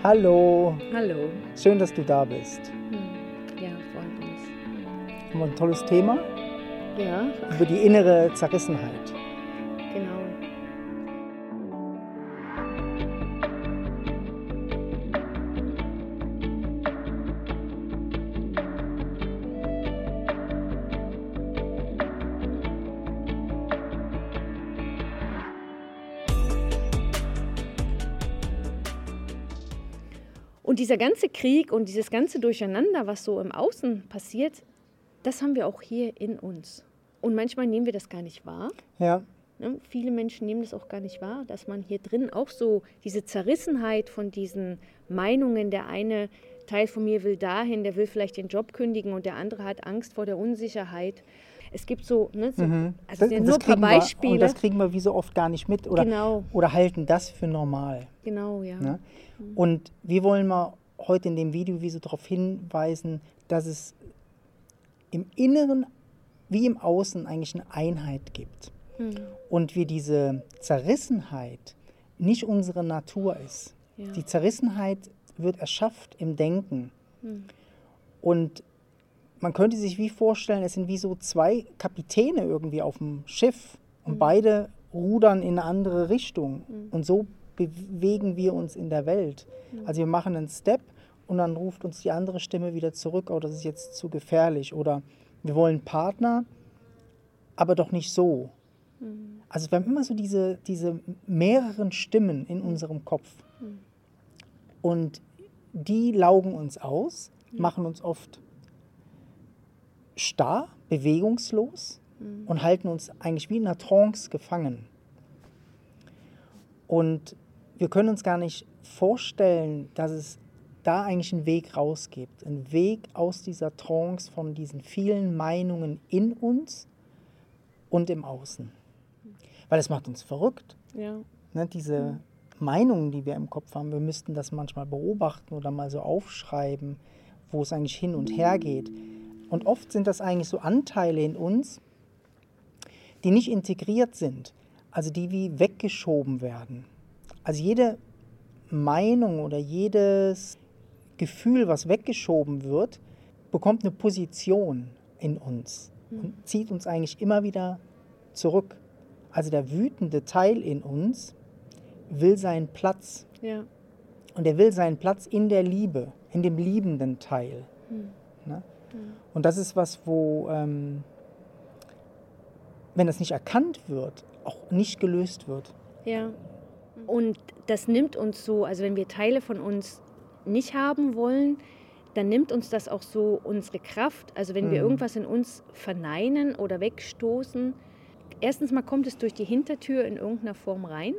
Hallo, Hallo. schön, dass du da bist. Ja, freut uns. Haben wir ein tolles Thema Ja, über die innere Zerrissenheit. genau. Und dieser ganze Krieg und dieses ganze Durcheinander, was so im Außen passiert, das haben wir auch hier in uns. Und manchmal nehmen wir das gar nicht wahr. Ja, Ne? Viele Menschen nehmen das auch gar nicht wahr, dass man hier drin auch so diese Zerrissenheit von diesen Meinungen, der eine Teil von mir will dahin, der will vielleicht den Job kündigen und der andere hat Angst vor der Unsicherheit. Es gibt so, ne, so also das, das sind nur ein paar kriegen wir, und Beispiele. das kriegen wir wie so oft gar nicht mit oder halten das für normal. Genau, ja. Ne? Und wir wollen mal heute in dem Video wie so darauf hinweisen, dass es im Inneren wie im Außen eigentlich eine Einheit gibt. Und wie diese Zerrissenheit nicht unsere Natur ist. Ja. Die Zerrissenheit wird erschafft im Denken. Und man könnte sich wie vorstellen, es sind wie so zwei Kapitäne irgendwie auf dem Schiff und beide rudern in eine andere Richtung. Und so bewegen wir uns in der Welt. Also wir machen einen Step und dann ruft uns die andere Stimme wieder zurück, oh, das ist jetzt zu gefährlich. Oder wir wollen Partner, aber doch nicht so. Also wir haben immer so diese mehreren Stimmen in unserem Kopf. Und die laugen uns aus, machen uns oft starr, bewegungslos und halten uns eigentlich wie in einer Trance gefangen. Und wir können uns gar nicht vorstellen, dass es da eigentlich einen Weg raus gibt. Einen Weg aus dieser Trance von diesen vielen Meinungen in uns und im Außen. Weil es macht uns verrückt. Ja. Ne, diese Meinungen, die wir im Kopf haben, wir müssten das manchmal beobachten oder mal so aufschreiben, wo es eigentlich hin und her geht. Und oft sind das eigentlich so Anteile in uns, die nicht integriert sind, also die wie weggeschoben werden. Also jede Meinung oder jedes Gefühl, was weggeschoben wird, bekommt eine Position in uns und zieht uns eigentlich immer wieder zurück. Also der wütende Teil in uns will seinen Platz. Ja. Und er will seinen Platz in der Liebe, in dem liebenden Teil. Ne? Und das ist was, wo, wenn das nicht erkannt wird, auch nicht gelöst wird. Ja. Und das nimmt uns so, also wenn wir Teile von uns nicht haben wollen, dann nimmt uns das auch so unsere Kraft. Also wenn wir irgendwas in uns verneinen oder wegstoßen, erstens mal kommt es durch die Hintertür in irgendeiner Form rein.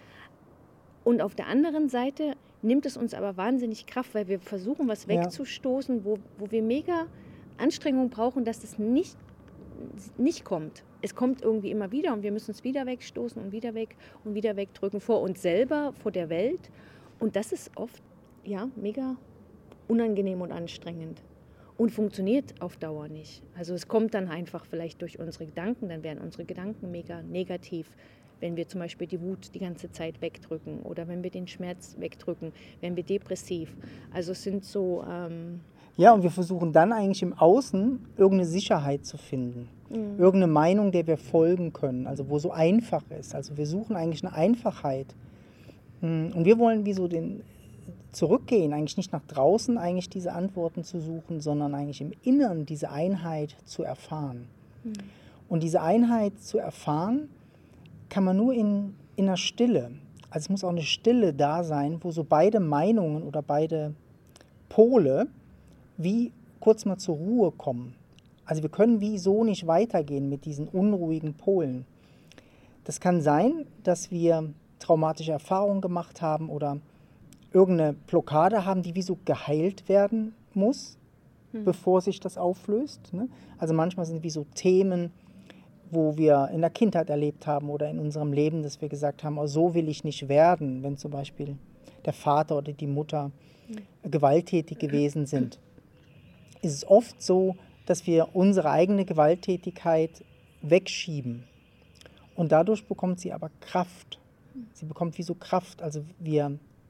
Und auf der anderen Seite nimmt es uns aber wahnsinnig Kraft, weil wir versuchen, was wegzustoßen, wo wir mega Anstrengung brauchen, dass es nicht kommt. Es kommt irgendwie immer wieder und wir müssen es wieder wegstoßen und wieder weg und wieder wegdrücken vor uns selber, vor der Welt. Und das ist oft mega unangenehm und anstrengend und funktioniert auf Dauer nicht. Also es kommt dann einfach vielleicht durch unsere Gedanken, dann werden unsere Gedanken mega negativ, wenn wir zum Beispiel die Wut die ganze Zeit wegdrücken oder wenn wir den Schmerz wegdrücken, werden wir depressiv. Also es sind so... Ja, und wir versuchen dann eigentlich im Außen irgendeine Sicherheit zu finden. Irgendeine Meinung, der wir folgen können, also wo so einfach ist. Also wir suchen eigentlich eine Einfachheit. Und wir wollen wie so zurückgehen, eigentlich nicht nach draußen eigentlich diese Antworten zu suchen, sondern eigentlich im Inneren diese Einheit zu erfahren. Und diese Einheit zu erfahren, kann man nur in einer Stille. Also es muss auch eine Stille da sein, wo so beide Meinungen oder beide Pole wie kurz mal zur Ruhe kommen. Also wir können wie so nicht weitergehen mit diesen unruhigen Polen. Das kann sein, dass wir traumatische Erfahrungen gemacht haben oder irgendeine Blockade haben, die wie so geheilt werden muss, bevor sich das auflöst. Ne? Also manchmal sind wie so Themen, wo wir in der Kindheit erlebt haben oder in unserem Leben, dass wir gesagt haben, oh, so will ich nicht werden, wenn zum Beispiel der Vater oder die Mutter gewalttätig gewesen sind. Ist es oft so, dass wir unsere eigene Gewalttätigkeit wegschieben. Und dadurch bekommt sie aber Kraft. Sie bekommt wie so Kraft. Also wir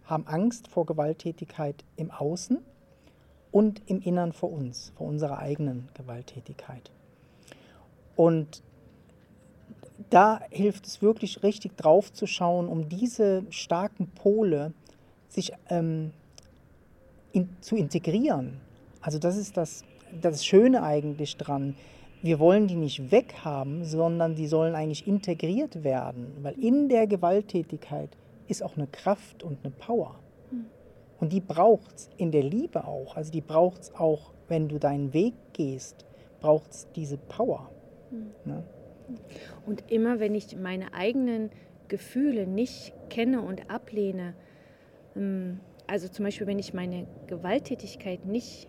haben Angst vor Gewalttätigkeit im Außen und im Innern vor uns, vor unserer eigenen Gewalttätigkeit. Und da hilft es wirklich richtig drauf zu schauen, um diese starken Pole sich zu integrieren. Also das ist das Schöne eigentlich dran. Wir wollen die nicht weghaben, sondern die sollen eigentlich integriert werden, weil in der Gewalttätigkeit ist auch eine Kraft und eine Power. Und die braucht es in der Liebe auch. Also die braucht es auch, wenn du deinen Weg gehst, braucht es diese Power. Ne? Und immer wenn ich meine eigenen Gefühle nicht kenne und ablehne, also zum Beispiel wenn ich meine Gewalttätigkeit nicht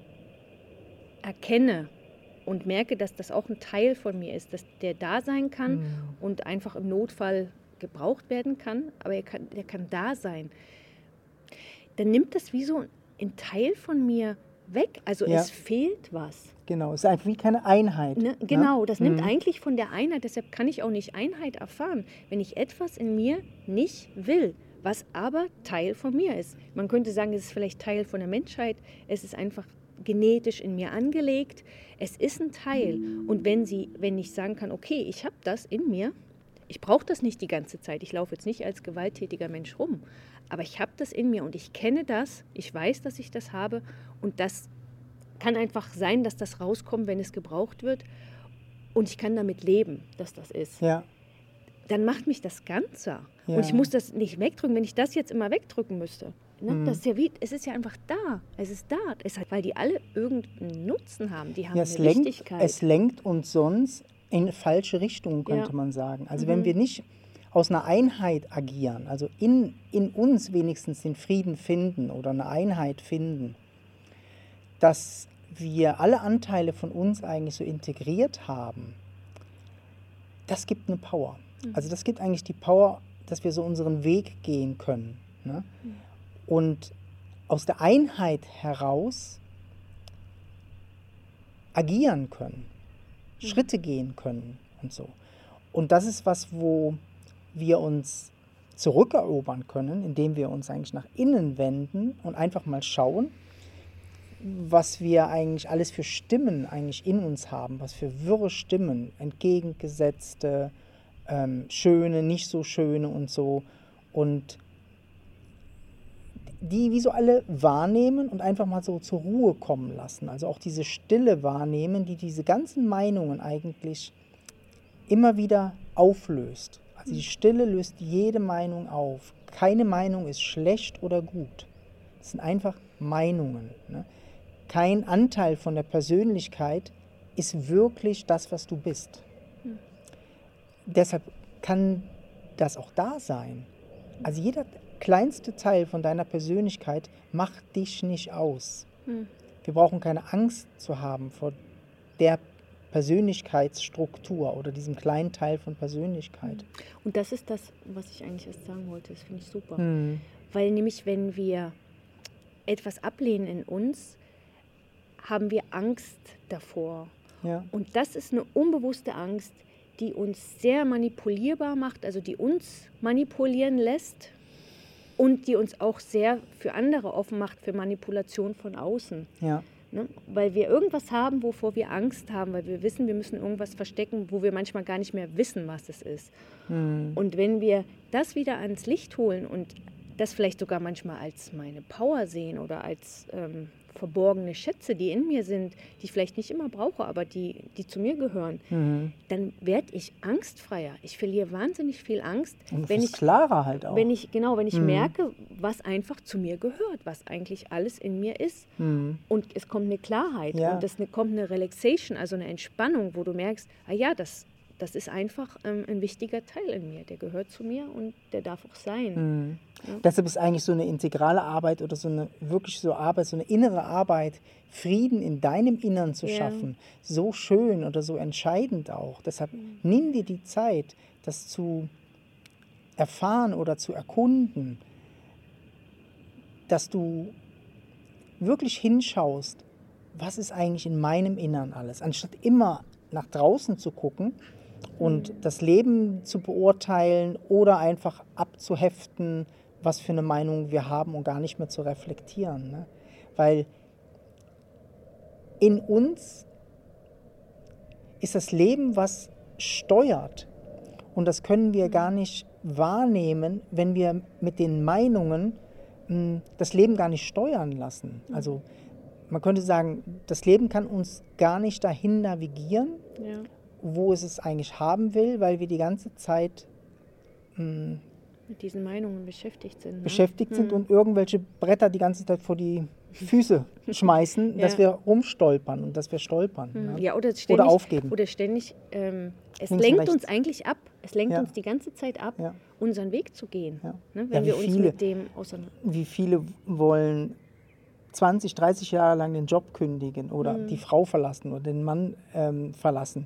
erkenne und merke, dass das auch ein Teil von mir ist, dass der da sein kann und einfach im Notfall gebraucht werden kann, aber der kann da sein, dann nimmt das wie so ein Teil von mir weg. Also es fehlt was. Genau, es ist einfach wie keine Einheit. Ne? Genau, das nimmt eigentlich von der Einheit, deshalb kann ich auch nicht Einheit erfahren, wenn ich etwas in mir nicht will, was aber Teil von mir ist. Man könnte sagen, es ist vielleicht Teil von der Menschheit, es ist einfach genetisch in mir angelegt, es ist ein Teil. Und wenn ich sagen kann, okay, ich habe das in mir, ich brauche das nicht die ganze Zeit, ich laufe jetzt nicht als gewalttätiger Mensch rum, aber ich habe das in mir und ich kenne das, ich weiß, dass ich das habe und das kann einfach sein, dass das rauskommt, wenn es gebraucht wird und ich kann damit leben, dass das ist. Ja. Dann macht mich das ganzer. Ja. Und ich muss das nicht wegdrücken, wenn ich das jetzt immer wegdrücken müsste. Ne? Das ist ja es ist ja einfach da. Es ist da. Es ist, weil die alle irgendeinen Nutzen haben. Die haben eine Wichtigkeit. Es lenkt uns sonst in falsche Richtungen, könnte man sagen. Also wenn wir nicht aus einer Einheit agieren, also in uns wenigstens den Frieden finden oder eine Einheit finden, dass wir alle Anteile von uns eigentlich so integriert haben, das gibt eine Power. Also das gibt eigentlich die Power, dass wir so unseren Weg gehen können. Ne? Und aus der Einheit heraus agieren können, Schritte gehen können und so. Und das ist was, wo wir uns zurückerobern können, indem wir uns eigentlich nach innen wenden und einfach mal schauen, was wir eigentlich alles für Stimmen eigentlich in uns haben, was für wirre Stimmen, entgegengesetzte, schöne, nicht so schöne und so. Und die wie so alle wahrnehmen und einfach mal so zur Ruhe kommen lassen. Also auch diese Stille wahrnehmen, die diese ganzen Meinungen eigentlich immer wieder auflöst. Also die Stille löst jede Meinung auf. Keine Meinung ist schlecht oder gut. Das sind einfach Meinungen. Ne? Kein Anteil von der Persönlichkeit ist wirklich das, was du bist. Deshalb kann das auch da sein. Also jeder kleinste Teil von deiner Persönlichkeit macht dich nicht aus. Wir brauchen keine Angst zu haben vor der Persönlichkeitsstruktur oder diesem kleinen Teil von Persönlichkeit. Und das ist das, was ich eigentlich erst sagen wollte. Das finde ich super. Weil nämlich, wenn wir etwas ablehnen in uns, haben wir Angst davor. Ja. Und das ist eine unbewusste Angst, die uns sehr manipulierbar macht, also die uns manipulieren lässt und die uns auch sehr für andere offen macht für Manipulation von außen. Ja. Ne? Weil wir irgendwas haben, wovor wir Angst haben, weil wir wissen, wir müssen irgendwas verstecken, wo wir manchmal gar nicht mehr wissen, was es ist. Und wenn wir das wieder ans Licht holen und das vielleicht sogar manchmal als meine Power sehen oder als verborgene Schätze, die in mir sind, die ich vielleicht nicht immer brauche, aber die zu mir gehören, dann werde ich angstfreier. Ich verliere wahnsinnig viel Angst, und wenn ich klarer halt auch. Wenn ich merke, was einfach zu mir gehört, was eigentlich alles in mir ist. Und es kommt eine Klarheit und es kommt eine Relaxation, also eine Entspannung, wo du merkst, ah ja, das ist einfach ein wichtiger Teil in mir, der gehört zu mir und der darf auch sein. Ja. Deshalb ist eigentlich so eine integrale Arbeit oder so eine wirklich so Arbeit, so eine innere Arbeit, Frieden in deinem Innern zu schaffen, so schön oder so entscheidend auch. Deshalb nimm dir die Zeit, das zu erfahren oder zu erkunden, dass du wirklich hinschaust, was ist eigentlich in meinem Innern alles, anstatt immer nach draußen zu gucken und das Leben zu beurteilen oder einfach abzuheften, was für eine Meinung wir haben und gar nicht mehr zu reflektieren. Ne? Weil in uns ist das Leben, was steuert. Und das können wir gar nicht wahrnehmen, wenn wir mit den Meinungen das Leben gar nicht steuern lassen. Also man könnte sagen, das Leben kann uns gar nicht dahin navigieren, wo es eigentlich haben will, weil wir die ganze Zeit mit diesen Meinungen beschäftigt sind. Ne? Und irgendwelche Bretter die ganze Zeit vor die Füße schmeißen, dass wir rumstolpern und dass wir stolpern. Ne? Ja, oder aufgeben. Oder ständig, es Links lenkt rechts. uns eigentlich ab. Es lenkt uns die ganze Zeit ab, unseren Weg zu gehen. Ja. Ne? Wenn wir uns mit dem auseinander... Wie viele wollen 20, 30 Jahre lang den Job kündigen oder die Frau verlassen oder den Mann verlassen.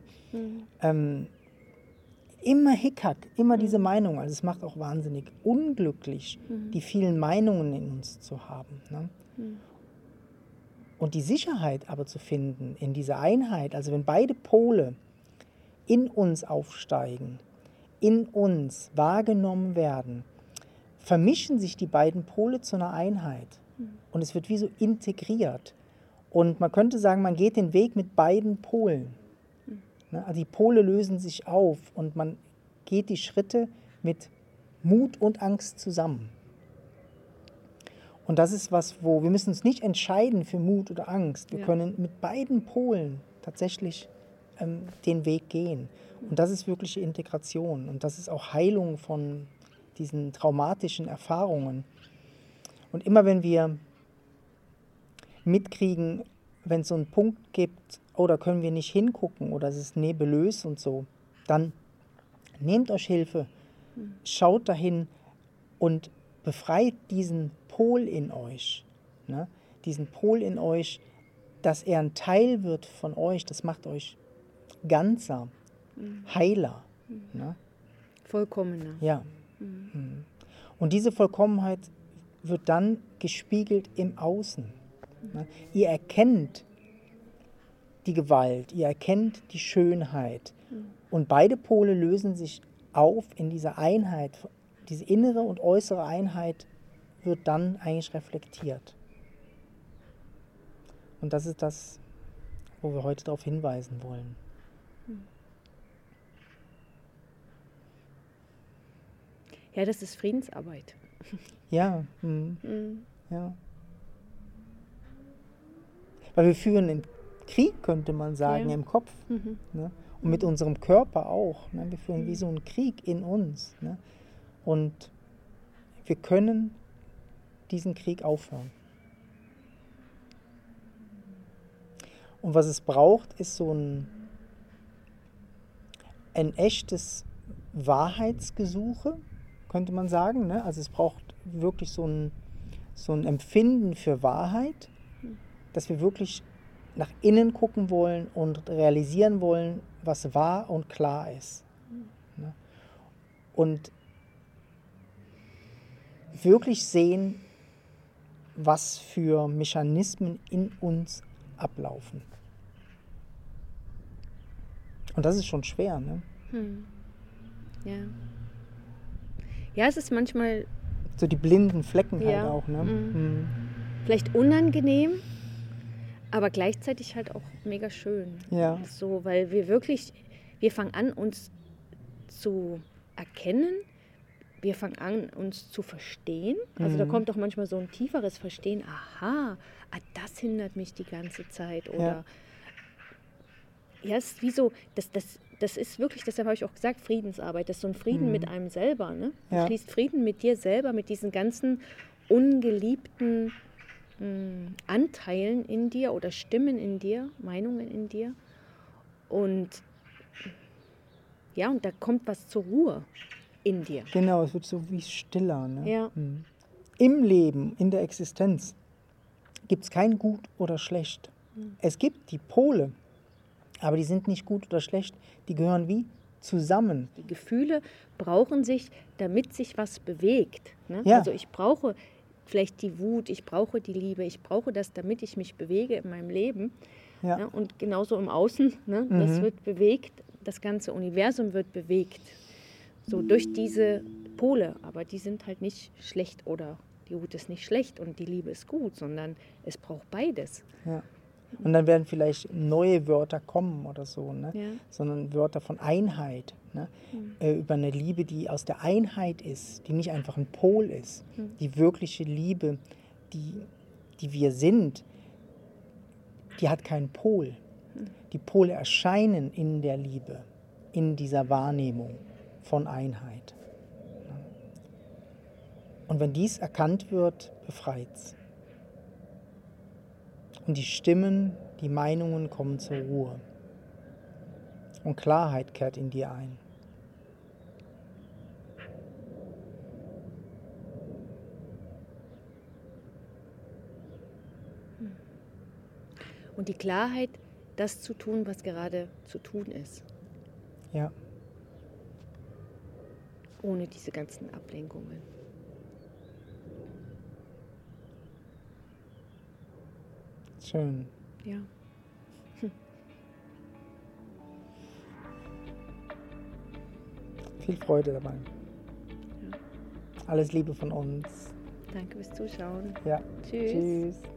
Immer Hickhack, immer diese Meinung. Also es macht auch wahnsinnig unglücklich, die vielen Meinungen in uns zu haben. Ne? Und die Sicherheit aber zu finden in dieser Einheit, also wenn beide Pole in uns aufsteigen, in uns wahrgenommen werden, vermischen sich die beiden Pole zu einer Einheit. Und es wird wie so integriert. Und man könnte sagen, man geht den Weg mit beiden Polen. Also die Pole lösen sich auf und man geht die Schritte mit Mut und Angst zusammen. Und das ist was, wo wir müssen uns nicht entscheiden für Mut oder Angst. Wir können mit beiden Polen tatsächlich den Weg gehen. Und das ist wirkliche Integration. Und das ist auch Heilung von diesen traumatischen Erfahrungen. Und immer wenn wir mitkriegen, wenn es so einen Punkt gibt, oh, da können wir nicht hingucken oder es ist nebulös und so, dann nehmt euch Hilfe, schaut dahin und befreit diesen Pol in euch. Ne? Diesen Pol in euch, dass er ein Teil wird von euch, das macht euch ganzer, heiler. Ne? Vollkommener. Ja. Und diese Vollkommenheit wird dann gespiegelt im Außen. Ne? Ihr erkennt die Gewalt, ihr erkennt die Schönheit. Und beide Pole lösen sich auf in dieser Einheit. Diese innere und äußere Einheit wird dann eigentlich reflektiert. Und das ist das, wo wir heute darauf hinweisen wollen. Ja, das ist Friedensarbeit. Ja. Ja. Weil wir führen einen Krieg, könnte man sagen, im Kopf. Ne? Und mit unserem Körper auch. Ne? Wir führen wie so einen Krieg in uns. Ne? Und wir können diesen Krieg aufhören. Und was es braucht, ist so ein echtes Wahrheitsgesuche, könnte man sagen. Ne? Also es braucht wirklich so ein Empfinden für Wahrheit, dass wir wirklich nach innen gucken wollen und realisieren wollen, was wahr und klar ist. Ne? Und wirklich sehen, was für Mechanismen in uns ablaufen. Und das ist schon schwer, ne? Ja. Ja, es ist manchmal... So die blinden Flecken halt auch, ne? Vielleicht unangenehm, aber gleichzeitig halt auch mega schön. Ja. So, weil wir fangen an, uns zu erkennen, wir fangen an, uns zu verstehen. Also da kommt doch manchmal so ein tieferes Verstehen. Aha, das hindert mich die ganze Zeit. Oder es ist wie so, das ist wirklich, deshalb habe ich auch gesagt, Friedensarbeit. Das ist so ein Frieden mit einem selber. Ne? Du schließt Frieden mit dir selber, mit diesen ganzen ungeliebten Anteilen in dir oder Stimmen in dir, Meinungen in dir. Und und da kommt was zur Ruhe in dir. Genau, es wird so wie stiller. Ne? Ja. Im Leben, in der Existenz, gibt es kein Gut oder Schlecht. Es gibt die Pole, aber die sind nicht gut oder schlecht. Die gehören wie zusammen. Die Gefühle brauchen sich, damit sich was bewegt. Ne? Ja. Also ich brauche vielleicht die Wut, ich brauche die Liebe, ich brauche das, damit ich mich bewege in meinem Leben. Ja. Ne? Und genauso im Außen, ne? Das wird bewegt, das ganze Universum wird bewegt. So durch diese Pole, aber die sind halt nicht schlecht oder die Wut ist nicht schlecht und die Liebe ist gut, sondern es braucht beides. Ja. Und dann werden vielleicht neue Wörter kommen oder so, ne? Ja. Sondern Wörter von Einheit. Ne? Über eine Liebe, die aus der Einheit ist, die nicht einfach ein Pol ist. Die wirkliche Liebe, die wir sind, die hat keinen Pol. Die Pole erscheinen in der Liebe, in dieser Wahrnehmung von Einheit. Und wenn dies erkannt wird, befreit's. Und die Stimmen, die Meinungen kommen zur Ruhe. Und Klarheit kehrt in dir ein. Und die Klarheit, das zu tun, was gerade zu tun ist. Ja. Ohne diese ganzen Ablenkungen. Schön. Ja. Viel Freude dabei. Ja. Alles Liebe von uns. Danke fürs Zuschauen. Ja. Tschüss. Tschüss.